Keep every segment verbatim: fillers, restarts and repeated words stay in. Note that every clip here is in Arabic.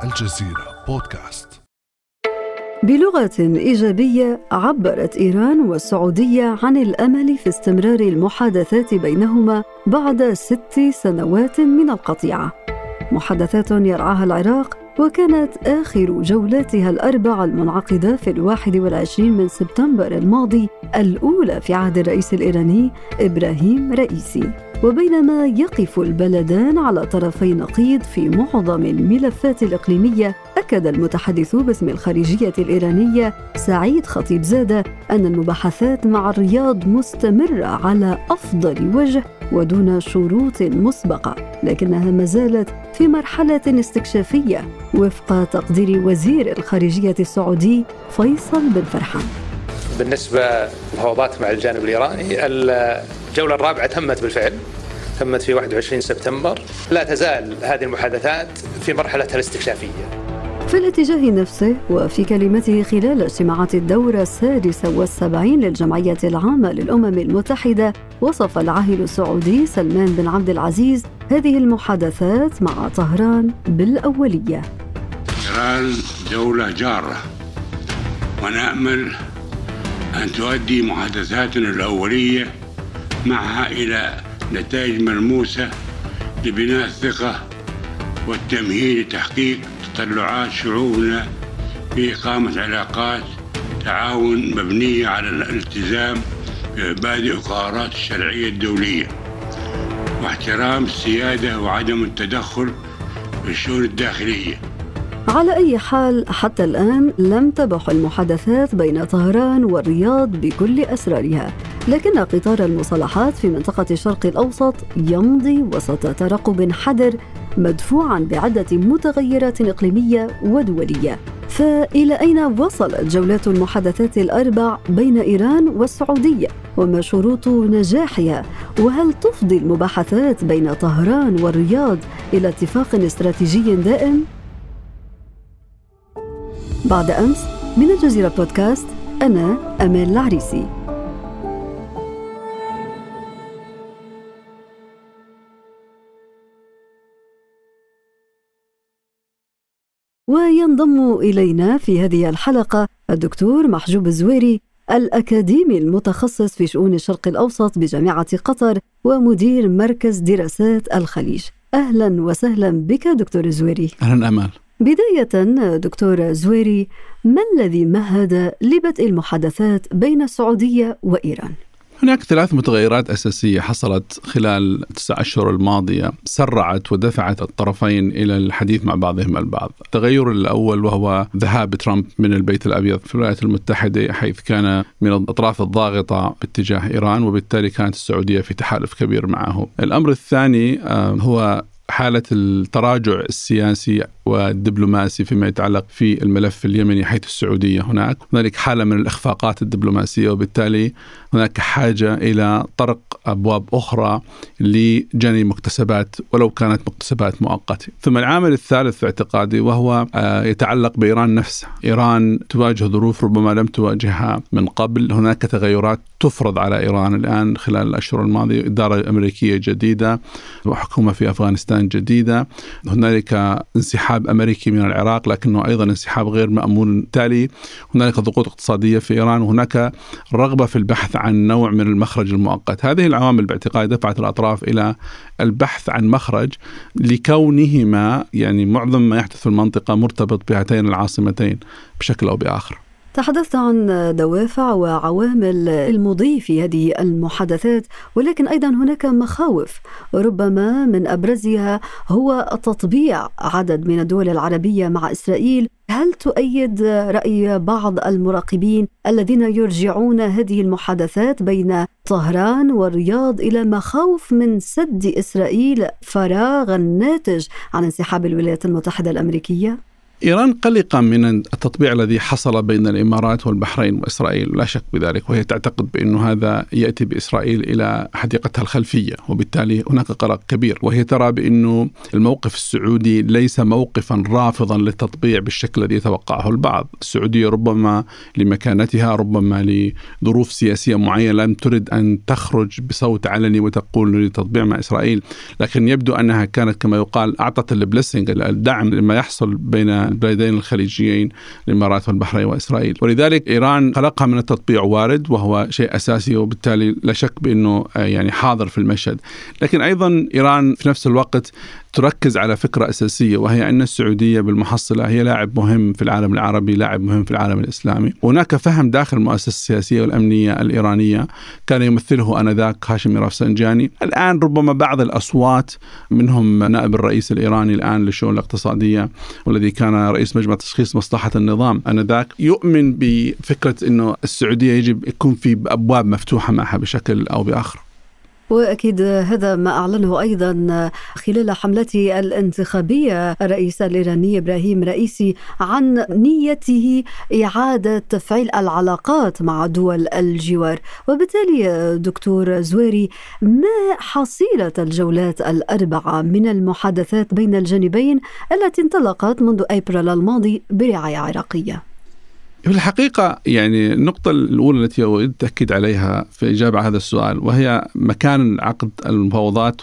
الجزيرة بودكاست. بلغة إيجابية عبرت إيران والسعودية عن الأمل في استمرار المحادثات بينهما بعد ست سنوات من القطيعة. محادثات يرعاها العراق، وكانت آخر جولاتها الأربع المنعقدة في الواحد والعشرين من سبتمبر الماضي الأولى في عهد الرئيس الإيراني إبراهيم رئيسي. وبينما يقف البلدان على طرفي نقيض في معظم الملفات الإقليمية، أكد المتحدث باسم الخارجية الإيرانية سعيد خطيبزادة أن المباحثات مع الرياض مستمرة على أفضل وجه ودون شروط مسبقة، لكنها ما زالت في مرحلة استكشافية وفق تقدير وزير الخارجية السعودي فيصل بن فرحان. بالنسبة للمفاوضات مع الجانب الإيراني، الجولة الرابعة تمت بالفعل، تمت في واحد وعشرين سبتمبر. لا تزال هذه المحادثات في مرحلتها الاستكشافية. في الاتجاه نفسه وفي كلمته خلال اجتماعات الدورة السادسة والسبعين للجمعية العامة للأمم المتحدة، وصف العاهل السعودي سلمان بن عبد العزيز هذه المحادثات مع طهران بالأولية. إيران دولة جارة، ونأمل أن تؤدي محادثاتنا الأولية معها إلى نتائج ملموسة لبناء الثقة والتمهيد لتحقيق تطلعات شعوبنا بإقامة علاقات تعاون مبنية على الالتزام بمبادئ وقرارات الشرعية الدولية واحترام السيادة وعدم التدخل في الشؤون الداخلية. على أي حال، حتى الآن لم تبح المحادثات بين طهران والرياض بكل أسرارها، لكن قطار المصالحات في منطقة الشرق الأوسط يمضي وسط ترقب حذر مدفوعاً بعدة متغيرات إقليمية ودولية. فإلى أين وصلت جولات المحادثات الأربع بين إيران والسعودية؟ وما شروط نجاحها؟ وهل تفضي المباحثات بين طهران والرياض إلى اتفاق استراتيجي دائم؟ بعد أمس من الجزيرة بودكاست، أنا أمال العريسي. وينضم إلينا في هذه الحلقة الدكتور محجوب الزويري، الأكاديمي المتخصص في شؤون الشرق الأوسط بجامعة قطر ومدير مركز دراسات الخليج. أهلا وسهلا بك دكتور الزويري. أهلا أمال. بداية دكتور زويري، ما الذي مهد لبدء المحادثات بين السعودية وإيران؟ هناك ثلاث متغيرات أساسية حصلت خلال التسع أشهر الماضية سرعت ودفعت الطرفين إلى الحديث مع بعضهم البعض. التغير الأول وهو ذهاب ترامب من البيت الأبيض في الولايات المتحدة، حيث كان من الأطراف الضاغطة باتجاه إيران، وبالتالي كانت السعودية في تحالف كبير معه. الأمر الثاني هو حالة التراجع السياسي والدبلوماسي فيما يتعلق في الملف اليمني، حيث السعودية هناك هناك حالة من الإخفاقات الدبلوماسية، وبالتالي هناك حاجة إلى طرق أبواب أخرى لجني مكتسبات ولو كانت مكتسبات مؤقتة. ثم العامل الثالث في اعتقادي وهو يتعلق بإيران نفسها. إيران تواجه ظروف ربما لم تواجهها من قبل. هناك تغيرات تفرض على إيران الآن خلال الأشهر الماضية، إدارة أمريكية جديدة وحكومة في أفغانستان جديدة، هنالك انسحاب أمريكي من العراق لكنه أيضا انسحاب غير مأمون، بالتالي هنالك ضغوط اقتصادية في إيران، وهناك رغبة في البحث عن نوع من المخرج المؤقت. هذه العوامل باعتقادي دفعت الأطراف إلى البحث عن مخرج، لكونهما يعني معظم ما يحدث في المنطقة مرتبط بهاتين العاصمتين بشكل أو بآخر. تحدثت عن دوافع وعوامل المضي في هذه المحادثات، ولكن أيضا هناك مخاوف، ربما من أبرزها هو تطبيع عدد من الدول العربية مع إسرائيل. هل تؤيد رأي بعض المراقبين الذين يرجعون هذه المحادثات بين طهران والرياض إلى مخاوف من سد إسرائيل فراغا ناتج عن انسحاب الولايات المتحدة الأمريكية؟ إيران قلقة من التطبيع الذي حصل بين الإمارات والبحرين وإسرائيل، لا شك بذلك، وهي تعتقد بأن هذا يأتي بإسرائيل إلى حديقتها الخلفية، وبالتالي هناك قلق كبير. وهي ترى بأنه الموقف السعودي ليس موقفا رافضا للتطبيع بالشكل الذي يتوقعه البعض. السعودية ربما لمكانتها، ربما لظروف سياسية معينة لم ترد أن تخرج بصوت علني وتقول للتطبيع مع إسرائيل، لكن يبدو أنها كانت كما يقال أعطت البليسنج، الدعم لما يحصل بين البلدين الخليجيين الإمارات والبحرين وإسرائيل. ولذلك إيران قلقها من التطبيع وارد، وهو شيء أساسي، وبالتالي لا شك بأنه يعني حاضر في المشهد. لكن أيضا إيران في نفس الوقت تركز على فكرة أساسية، وهي أن السعودية بالمحصلة هي لاعب مهم في العالم العربي، لاعب مهم في العالم الإسلامي. هناك فهم داخل المؤسسة السياسية والأمنية الإيرانية كان يمثله آنذاك هاشمي رفسنجاني. الآن ربما بعض الأصوات، منهم نائب الرئيس الإيراني الآن للشؤون الاقتصادية والذي كان رئيس مجمع تشخيص مصلحة النظام آنذاك، يؤمن بفكرة أنه السعودية يجب يكون في أبواب مفتوحة معها بشكل أو بآخر. وأكيد هذا ما أعلنه أيضا خلال حملته الانتخابية الرئيس الإيراني إبراهيم رئيسي عن نيته إعادة تفعيل العلاقات مع دول الجوار. وبالتالي دكتور زويري، ما حصيلة الجولات الأربعة من المحادثات بين الجانبين التي انطلقت منذ أبريل الماضي برعاية عراقية؟ في الحقيقة يعني النقطة الأولى التي أود التأكيد عليها في إجابة هذا السؤال، وهي مكان عقد المفاوضات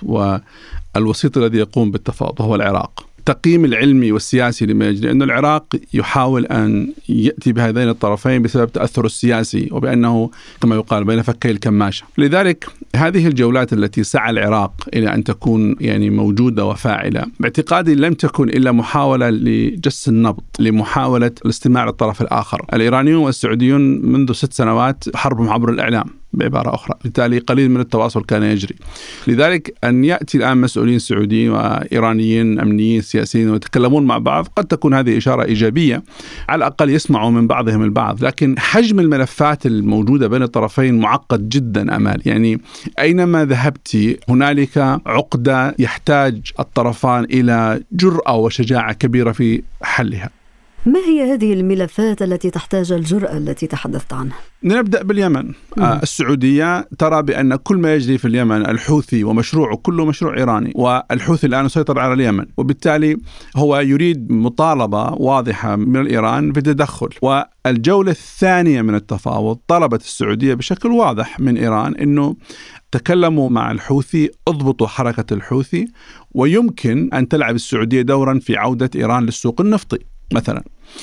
والوسيط الذي يقوم بالتفاوض، وهو العراق. التقييم العلمي والسياسي لما يجري أن العراق يحاول أن يأتي بهذين الطرفين بسبب تأثره السياسي، وبأنه كما يقال بين فكي الكماشة. لذلك هذه الجولات التي سعى العراق إلى أن تكون يعني موجودة وفاعلة، باعتقادي لم تكن إلا محاولة لجس النبض، لمحاولة الاستماع للطرف الآخر. الإيرانيون والسعوديون منذ ست سنوات حربهم عبر الإعلام بعبارة أخرى، بالتالي قليل من التواصل كان يجري. لذلك أن يأتي الآن مسؤولين سعوديين وإيرانيين أمنيين سياسيين ويتكلمون مع بعض، قد تكون هذه إشارة إيجابية، على الأقل يسمعوا من بعضهم البعض. لكن حجم الملفات الموجودة بين الطرفين معقد جدا أمال، يعني أينما ذهبت هنالك عقدة يحتاج الطرفان إلى جرأة وشجاعة كبيرة في حلها. ما هي هذه الملفات التي تحتاج الجرأة التي تحدثت عنها؟ نبدأ باليمن. آه السعودية ترى بأن كل ما يجري في اليمن الحوثي ومشروعه كله مشروع إيراني، والحوثي الآن يسيطر على اليمن، وبالتالي هو يريد مطالبة واضحة من الإيران بالتدخل. والجولة الثانية من التفاوض طلبت السعودية بشكل واضح من إيران أنه تكلموا مع الحوثي، اضبطوا حركة الحوثي، ويمكن أن تلعب السعودية دورا في عودة إيران للسوق النفطي مثلا،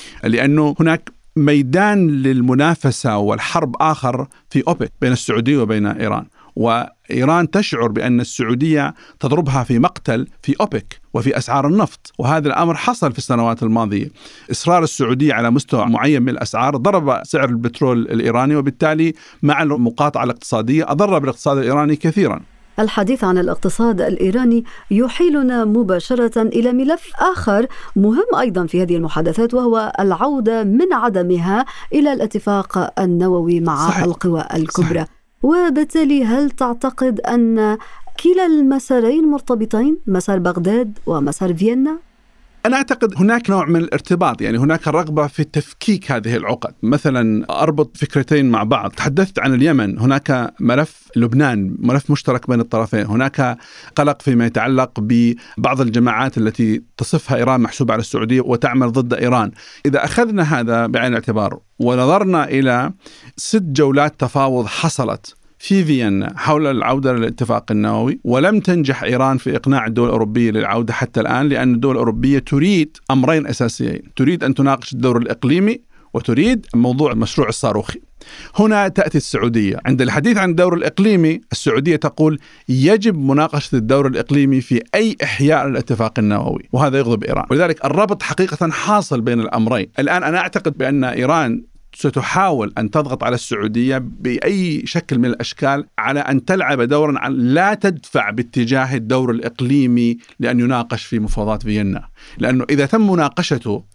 لأنه هناك ميدان للمنافسة والحرب آخر في أوبك بين السعودية وبين إيران، وإيران تشعر بأن السعودية تضربها في مقتل في أوبك وفي أسعار النفط، وهذا الأمر حصل في السنوات الماضية. إصرار السعودية على مستوى معين من الأسعار ضرب سعر البترول الإيراني، وبالتالي مع المقاطعة الاقتصادية أضر بالاقتصاد الإيراني كثيرا. الحديث عن الاقتصاد الإيراني يحيلنا مباشرة إلى ملف آخر مهم أيضا في هذه المحادثات، وهو العودة من عدمها إلى الاتفاق النووي مع صحيح. القوى الكبرى. صحيح. وبالتالي هل تعتقد أن كلا المسارين مرتبطين، مسار بغداد ومسار فيينا؟ أنا أعتقد هناك نوع من الارتباط، يعني هناك رغبة في تفكيك هذه العقد. مثلا أربط فكرتين مع بعض. تحدثت عن اليمن، هناك ملف لبنان، ملف مشترك بين الطرفين. هناك قلق فيما يتعلق ببعض الجماعات التي تصفها إيران محسوبة على السعودية وتعمل ضد إيران. إذا أخذنا هذا بعين الاعتبار ونظرنا إلى ست جولات تفاوض حصلت في فيينا حول العودة للاتفاق النووي، ولم تنجح إيران في إقناع الدول الأوروبية للعودة حتى الآن، لأن الدول الأوروبية تريد أمرين أساسيين: تريد أن تناقش الدور الإقليمي، وتريد موضوع المشروع الصاروخي. هنا تأتي السعودية عند الحديث عن الدور الإقليمي. السعودية تقول يجب مناقشة الدور الإقليمي في أي إحياء للاتفاق النووي، وهذا يغضب إيران. ولذلك الربط حقيقة حاصل بين الأمرين. الآن أنا أعتقد بأن إيران ستحاول أن تضغط على السعودية بأي شكل من الأشكال على أن تلعب دورا عن لا تدفع باتجاه الدور الإقليمي لأن يناقش في مفاوضات فيينا، لأنه إذا تم مناقشته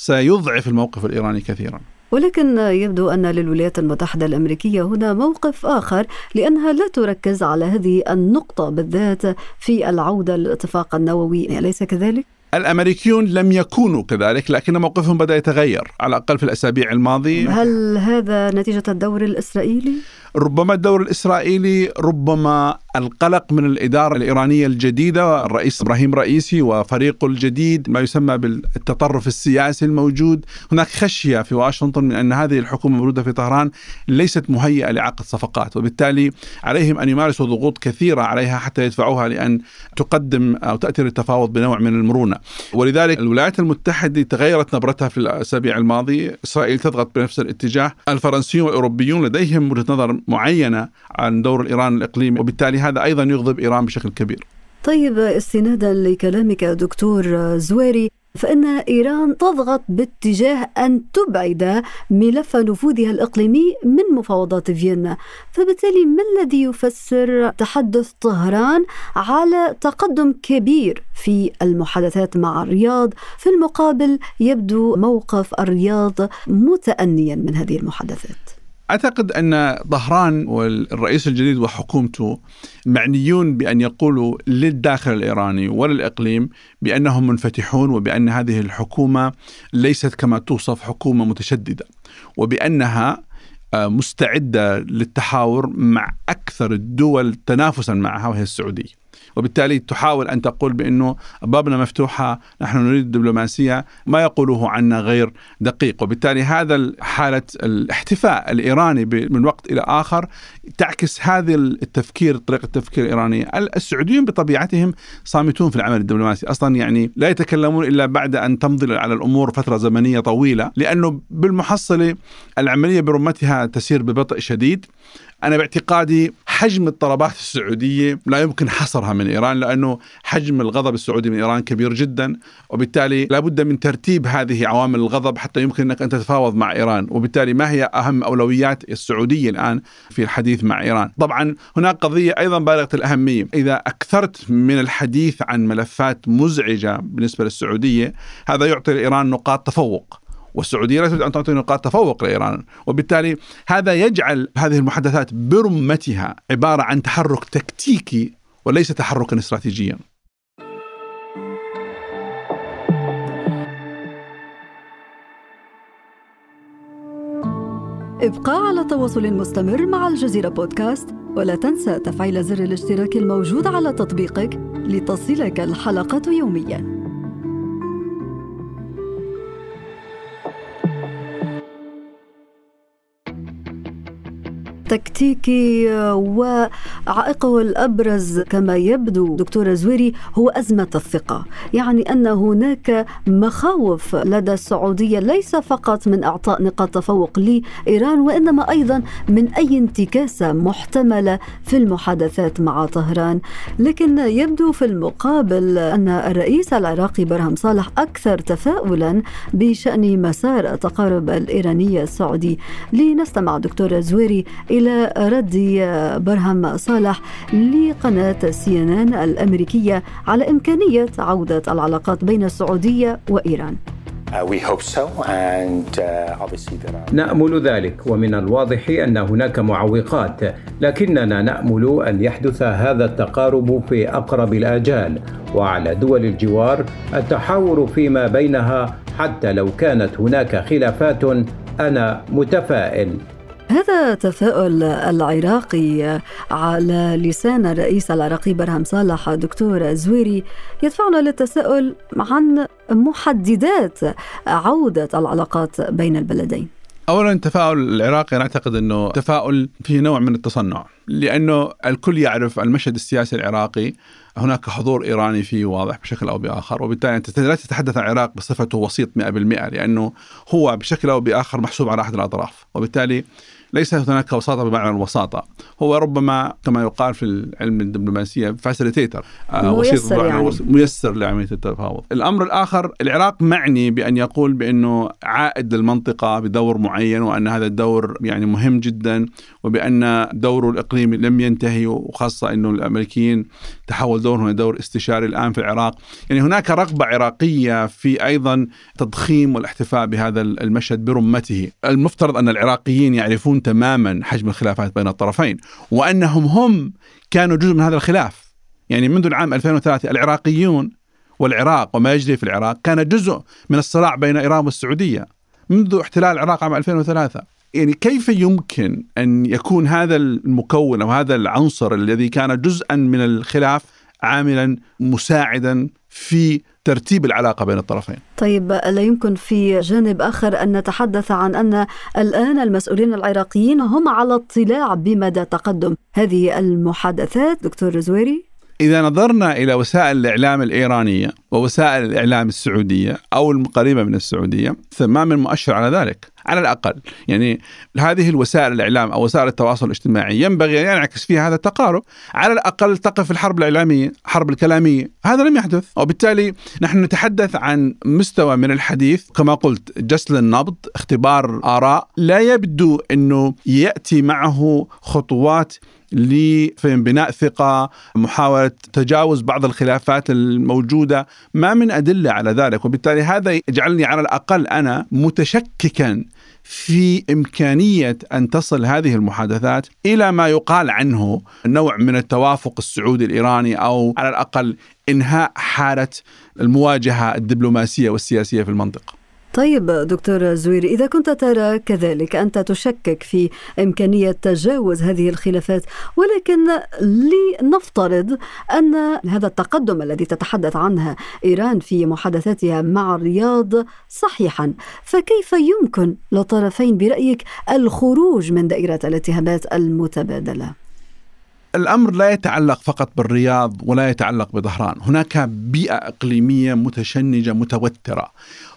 سيضعف الموقف الإيراني كثيرا. ولكن يبدو أن للولايات المتحدة الأمريكية هنا موقف آخر، لأنها لا تركز على هذه النقطة بالذات في العودة للاتفاق النووي، أليس كذلك؟ الأمريكيون لم يكونوا كذلك، لكن موقفهم بدأ يتغير على الأقل في الأسابيع الماضية. هل هذا نتيجة الدور الإسرائيلي؟ ربما الدور الإسرائيلي، ربما القلق من الإدارة الإيرانية الجديدة، الرئيس إبراهيم رئيسي وفريقه الجديد، ما يسمى بالتطرف السياسي الموجود. هناك خشية في واشنطن من أن هذه الحكومة الموجودة في طهران ليست مهيئة لعقد صفقات، وبالتالي عليهم أن يمارسوا ضغوط كثيرة عليها حتى يدفعوها لأن تقدم أو تأتي للتفاوض بنوع من المرونة. ولذلك الولايات المتحدة تغيرت نبرتها في الأسابيع الماضية. إسرائيل تضغط بنفس الاتجاه. الفرنسيون والأوروبيون لديهم وجهة نظر معينة عن دور إيران الإقليمي، وبالتالي هذا أيضا يغضب إيران بشكل كبير. طيب، استنادا لكلامك دكتور زويري، فإن إيران تضغط باتجاه أن تبعد ملف نفوذها الإقليمي من مفاوضات فيينا، فبالتالي ما الذي يفسر تحدث طهران على تقدم كبير في المحادثات مع الرياض؟ في المقابل يبدو موقف الرياض متأنيا من هذه المحادثات. أعتقد أن طهران والرئيس الجديد وحكومته معنيون بأن يقولوا للداخل الإيراني وللإقليم بأنهم منفتحون، وبأن هذه الحكومة ليست كما توصف حكومة متشددة، وبأنها مستعدة للتحاور مع أكثر الدول تنافسا معها وهي السعودية. وبالتالي تحاول أن تقول بأنه أبوابنا مفتوحة، نحن نريد الدبلوماسية، ما يقوله عنا غير دقيق. وبالتالي هذا حالة الاحتفاء الإيراني من وقت إلى آخر تعكس هذا التفكير، طريقة التفكير الإيرانية. السعوديون بطبيعتهم صامتون في العمل الدبلوماسي أصلا، يعني لا يتكلمون إلا بعد أن تمضي على الأمور فترة زمنية طويلة، لأنه بالمحصلة العملية برمتها تسير ببطء شديد. أنا باعتقادي حجم الطلبات السعودية لا يمكن حصرها من إيران، لأنه حجم الغضب السعودي من إيران كبير جدا، وبالتالي لابد من ترتيب هذه عوامل الغضب حتى يمكن أنك أن تتفاوض مع إيران. وبالتالي ما هي أهم أولويات السعودية الآن في الحديث مع إيران؟ طبعا هناك قضية أيضا بالغة الأهمية. إذا أكثرت من الحديث عن ملفات مزعجة بالنسبة للسعودية، هذا يعطي لإيران نقاط تفوق، والسعودية لا تريد أن تعطي نقاط تفوق لإيران. وبالتالي هذا يجعل هذه المحادثات برمتها عبارة عن تحرك تكتيكي وليس تحركا استراتيجيا. ابقى على تواصل مستمر مع الجزيرة بودكاست، ولا تنسى تفعيل زر الاشتراك الموجود على تطبيقك لتصلك الحلقة يومياً. تكتيكي وعائقه الأبرز كما يبدو دكتور زويري هو أزمة الثقة، يعني أن هناك مخاوف لدى السعودية ليس فقط من إعطاء نقاط تفوق لإيران، وإنما أيضا من أي انتكاسة محتملة في المحادثات مع طهران. لكن يبدو في المقابل أن الرئيس العراقي برهم صالح أكثر تفاؤلا بشأن مسار التقارب الإيراني السعودي. لنستمع دكتور زويري إلى رد برهم صالح لقناة سي إن إن الأمريكية على إمكانية عودة العلاقات بين السعودية وإيران. نأمل ذلك، ومن الواضح أن هناك معوقات، لكننا نأمل أن يحدث هذا التقارب في أقرب الآجال، وعلى دول الجوار التحاور فيما بينها حتى لو كانت هناك خلافات. أنا متفائل. هذا تفاؤل العراقي على لسان الرئيس العراقي برهم صالح دكتور زويري يدفعنا للتساؤل عن محددات عودة العلاقات بين البلدين. أولا التفاؤل العراقي أنا أعتقد أنه تفاؤل فيه نوع من التصنع، لأنه الكل يعرف المشهد السياسي العراقي هناك حضور إيراني فيه واضح بشكل أو بآخر، وبالتالي أنت لا تتحدث عن العراق بصفته وسيط مئة بالمئة، لأنه هو بشكل أو بآخر محسوب على أحد الأطراف، وبالتالي ليس هناك وساطة بمعنى الوساطة، هو ربما كما يقال في العلم الدبلوماسية فاسيليتيتر، ميسر, يعني. ميسر لعملية التفاوض. الأمر الآخر، العراق معني بأن يقول بأنه عائد للمنطقة بدور معين، وأن هذا الدور يعني مهم جدا، وبأن دوره الإقليمي لم ينتهي، وخاصة أنه الأمريكيين تحول دورهم دور استشاري الآن في العراق. يعني هناك رغبة عراقية في أيضا تضخيم والاحتفاء بهذا المشهد برمته. المفترض أن العراقيين يعرفون تماما حجم الخلافات بين الطرفين، وأنهم هم كانوا جزء من هذا الخلاف. يعني منذ العام ألفين وثلاثة العراقيون والعراق وما يجري في العراق كان جزء من الصراع بين إيران والسعودية منذ احتلال العراق عام ألفين وثلاثة. يعني كيف يمكن أن يكون هذا المكون أو هذا العنصر الذي كان جزءا من الخلاف عاملا مساعدا في ترتيب العلاقة بين الطرفين؟ طيب، لا يمكن في جانب آخر أن نتحدث عن أن الآن المسؤولين العراقيين هم على اطلاع بمدى تقدم هذه المحادثات دكتور زويري؟ إذا نظرنا إلى وسائل الإعلام الإيرانية ووسائل الإعلام السعودية أو القريبة من السعودية، فما من مؤشر على ذلك على الأقل. يعني هذه الوسائل الإعلام أو وسائل التواصل الاجتماعي ينبغي أن ينعكس فيها هذا التقارب. على الأقل تقف الحرب الإعلامية، حرب الكلامية، هذا لم يحدث. وبالتالي نحن نتحدث عن مستوى من الحديث كما قلت جسل النبض، اختبار آراء، لا يبدو أنه يأتي معه خطوات لبناء ثقة، محاولة تجاوز بعض الخلافات الموجودة، ما من أدلة على ذلك. وبالتالي هذا يجعلني على الأقل أنا متشككا في إمكانية أن تصل هذه المحادثات إلى ما يقال عنه نوع من التوافق السعودي الإيراني، أو على الأقل إنهاء حالة المواجهة الدبلوماسية والسياسية في المنطقة. طيب دكتور زويري، إذا كنت ترى كذلك، أنت تشكك في إمكانية تجاوز هذه الخلافات، ولكن لنفترض أن هذا التقدم الذي تتحدث عنه إيران في محادثاتها مع الرياض صحيحا، فكيف يمكن للطرفين برأيك الخروج من دائرة الاتهامات المتبادلة؟ الأمر لا يتعلق فقط بالرياض ولا يتعلق بطهران، هناك بيئة إقليمية متشنجة متوترة.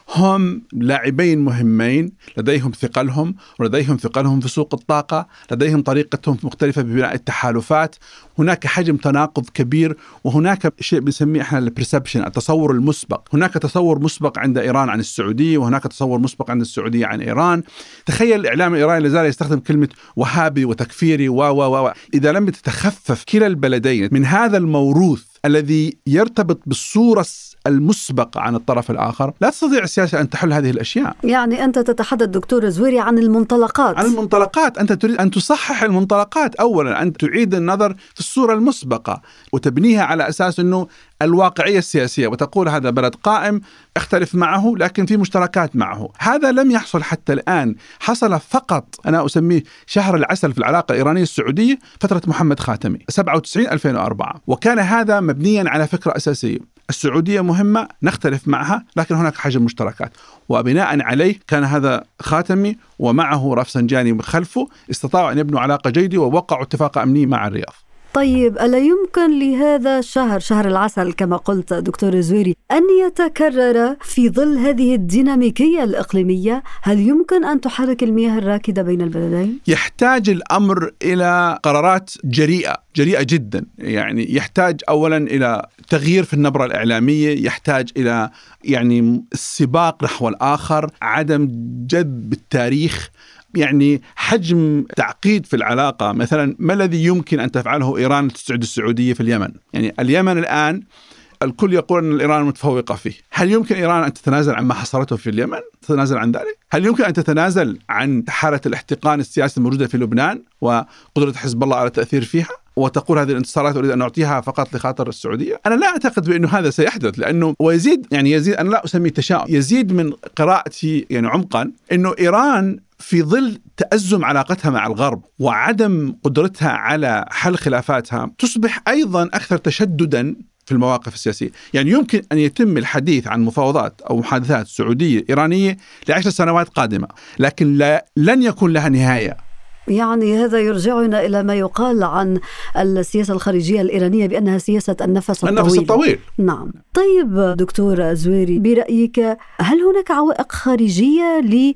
هم لاعبين مهمين، لديهم ثقلهم ولديهم ثقلهم في سوق الطاقة، لديهم طريقتهم مختلفة ببناء التحالفات، هناك حجم تناقض كبير، وهناك شيء بنسميه احنا البرسبشن، التصور المسبق. هناك تصور مسبق عند إيران عن السعودية، وهناك تصور مسبق عند السعودية عن إيران. تخيل الإعلام الإيراني لازال يستخدم كلمة وهابي وتكفيري و و و إذا لم تتخفف كلا البلدين من هذا الموروث الذي يرتبط بالصورة المسبق عن الطرف الآخر، لا تستطيع السياسة أن تحل هذه الأشياء. يعني أنت تتحدث دكتور زويري عن المنطلقات. عن المنطلقات، أنت تريد أن تصحح المنطلقات أولا، أن تعيد النظر في الصورة المسبقة وتبنيها على أساس أنه الواقعية السياسية، وتقول هذا بلد قائم اختلف معه لكن في مشتركات معه. هذا لم يحصل حتى الآن، حصل فقط أنا أسميه شهر العسل في العلاقة الإيرانية السعودية فترة محمد خاتمي سبعة وتسعين ألفين وأربعة، وكان هذا مبنيا على فكرة أساسية: السعودية مهمة نختلف معها لكن هناك حجم مشتركات، وبناء عليه كان هذا خاتمي ومعه رفسنجاني خلفه استطاعوا أن يبنوا علاقة جيدة ووقعوا اتفاق أمني مع الرياض. طيب، ألا يمكن لهذا الشهر، شهر العسل كما قلت دكتور زويري، أن يتكرر في ظل هذه الديناميكية الإقليمية؟ هل يمكن أن تحرك المياه الراكدة بين البلدين؟ يحتاج الأمر إلى قرارات جريئة جريئة جدا. يعني يحتاج أولا إلى تغيير في النبرة الإعلامية، يحتاج إلى يعني السباق نحو الآخر، عدم جذب التاريخ، يعني حجم تعقيد في العلاقة. مثلا ما الذي يمكن أن تفعله إيران لتسعد السعودية في اليمن؟ يعني اليمن الآن الكل يقول أن إيران متفوقة فيه. هل يمكن إيران أن تتنازل عن ما حصلته في اليمن؟ تتنازل عن ذلك؟ هل يمكن أن تتنازل عن حالة الاحتقان السياسي الموجودة في لبنان وقدرة حزب الله على التأثير فيها، وتقول هذه الانتصارات أريد أن أعطيها فقط لخاطر السعودية؟ أنا لا أعتقد بأنه هذا سيحدث، لأنه ويزيد يعني يزيد، أنا لا أسميه تشاؤم، يزيد من قراءتي يعني عمقا أنه إيران في ظل تأزم علاقتها مع الغرب وعدم قدرتها على حل خلافاتها تصبح أيضا أكثر تشددا في المواقف السياسية. يعني يمكن أن يتم الحديث عن مفاوضات أو محادثات سعودية إيرانية لعشر سنوات قادمة، لكن لا لن يكون لها نهاية. يعني هذا يرجعنا إلى ما يقال عن السياسة الخارجية الإيرانية بأنها سياسة النفس الطويل. النفس الطويل. نعم. طيب دكتور زويري، برأيك هل هناك عوائق خارجية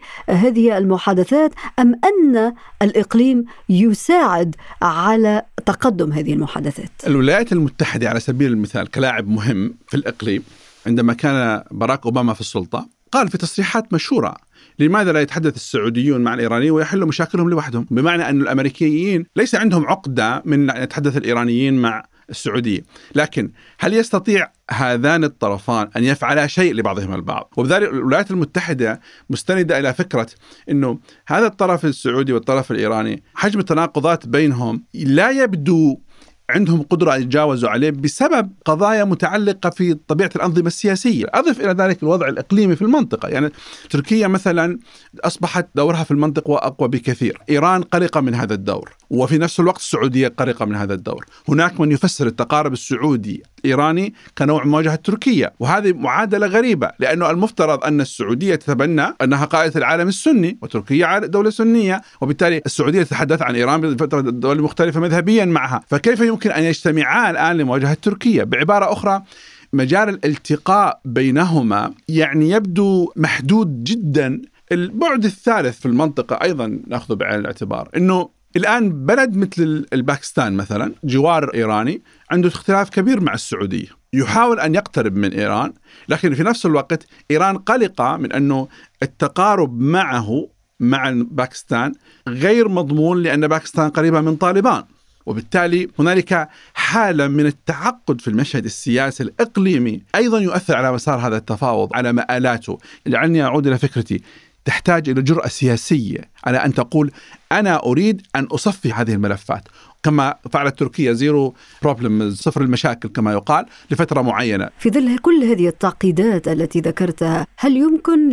لهذه المحادثات، أم أن الإقليم يساعد على تقدم هذه المحادثات؟ الولايات المتحدة على سبيل المثال كلاعب مهم في الإقليم، عندما كان باراك أوباما في السلطة قال في تصريحات مشهورة: لماذا لا يتحدث السعوديون مع الإيرانيين ويحلوا مشاكلهم لوحدهم؟ بمعنى أن الأمريكيين ليس عندهم عقدة من أن يتحدث الإيرانيين مع السعودية، لكن هل يستطيع هذان الطرفان أن يفعلا شيء لبعضهم البعض؟ وبذلك الولايات المتحدة مستندة إلى فكرة أنه هذا الطرف السعودي والطرف الإيراني حجم التناقضات بينهم لا يبدو عندهم قدرة أن يتجاوزوا عليه بسبب قضايا متعلقة في طبيعة الأنظمة السياسية. أضف إلى ذلك الوضع الإقليمي في المنطقة، يعني تركيا مثلا أصبحت دورها في المنطقة أقوى بكثير، إيران قلقة من هذا الدور، وفي نفس الوقت السعودية قلقة من هذا الدور. هناك من يفسر التقارب السعودي إيراني كنوع مواجهة تركيا، وهذه معادلة غريبة، لأنه المفترض أن السعودية تتبنى أنها قائدة العالم السني وتركيا دولة سنية، وبالتالي السعودية تتحدث عن إيران بفترة دول مختلفة مذهبيا معها، فكيف يمكن أن يجتمعان الآن لمواجهة تركيا؟ بعبارة أخرى مجال الالتقاء بينهما يعني يبدو محدود جدا. البعد الثالث في المنطقة أيضا نأخذ بعين الاعتبار أنه الآن بلد مثل الباكستان مثلا جوار إيراني عنده اختلاف كبير مع السعودية، يحاول أن يقترب من إيران، لكن في نفس الوقت إيران قلقة من أنه التقارب معه مع باكستان غير مضمون، لأن باكستان قريبة من طالبان، وبالتالي هنالك حالة من التعقد في المشهد السياسي الإقليمي أيضا يؤثر على مسار هذا التفاوض على مآلاته. لعلني أعود إلى فكرتي، تحتاج إلى جرأة سياسية على أن تقول أنا أريد أن أصفي هذه الملفات كما فعلت تركيا، زيرو بروبلم، صفر المشاكل كما يقال، لفترة معينة. في ظل كل هذه التعقيدات التي ذكرتها، هل يمكن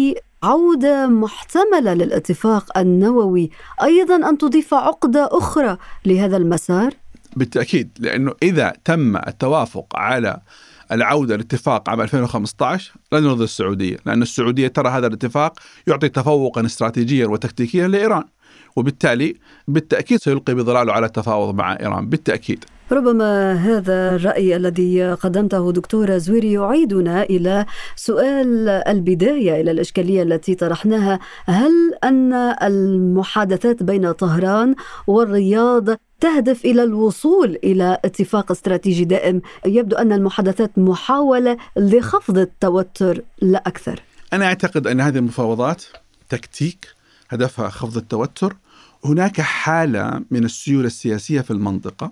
لعودة محتملة للاتفاق النووي أيضا أن تضيف عقدة أخرى لهذا المسار؟ بالتأكيد، لأنه إذا تم التوافق على العودة للاتفاق عام ألفين وخمسة عشر لن يرضي السعودية، لأن السعودية ترى هذا الاتفاق يعطي تفوقا استراتيجيا وتكتيكيا لإيران، وبالتالي بالتأكيد سيلقي بظلاله على التفاوض مع إيران بالتأكيد. ربما هذا الرأي الذي قدمته دكتور زويري يعيدنا إلى سؤال البداية، إلى الإشكالية التي طرحناها. هل أن المحادثات بين طهران والرياض تهدف إلى الوصول إلى اتفاق استراتيجي دائم؟ يبدو أن المحادثات محاولة لخفض التوتر لا أكثر. أنا أعتقد أن هذه المفاوضات تكتيك هدفها خفض التوتر. هناك حالة من السيولة السياسية في المنطقة،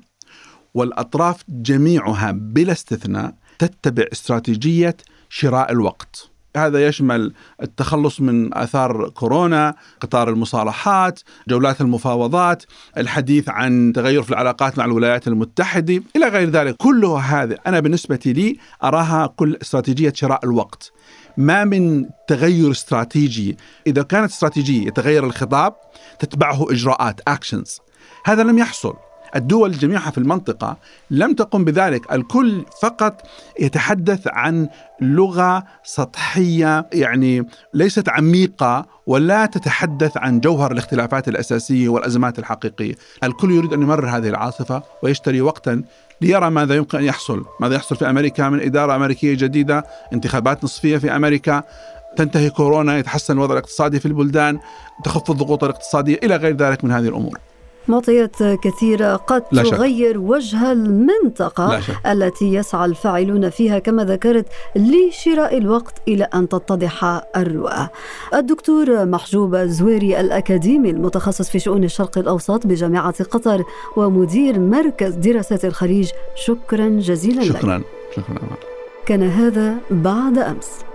والأطراف جميعها بلا استثناء تتبع استراتيجية شراء الوقت. هذا يشمل التخلص من آثار كورونا، قطار المصالحات، جولات المفاوضات، الحديث عن تغير في العلاقات مع الولايات المتحدة إلى غير ذلك. كله هذا أنا بالنسبة لي أراها كل استراتيجية شراء الوقت، ما من تغير استراتيجي. إذا كانت استراتيجية يتغير الخطاب تتبعه إجراءات actions، هذا لم يحصل. الدول جميعها في المنطقة لم تقم بذلك، الكل فقط يتحدث عن لغة سطحية، يعني ليست عميقة ولا تتحدث عن جوهر الاختلافات الأساسية والأزمات الحقيقية. الكل يريد أن يمرر هذه العاصفة ويشتري وقتا ليرى ماذا يمكن أن يحصل، ماذا يحصل في أمريكا من إدارة أمريكية جديدة، انتخابات نصفية في أمريكا، تنتهي كورونا، يتحسن الوضع الاقتصادي في البلدان، تخفض الضغوط الاقتصادية إلى غير ذلك من هذه الأمور. معطيات كثيرة قد تغير وجه المنطقة التي يسعى الفاعلون فيها كما ذكرت لشراء الوقت إلى أن تتضح الرؤى. الدكتور محجوب زويري الأكاديمي المتخصص في شؤون الشرق الأوسط بجامعة قطر ومدير مركز دراسات الخليج، شكرا جزيلا شكرا. لك. شكرا. كان هذا بعد أمس.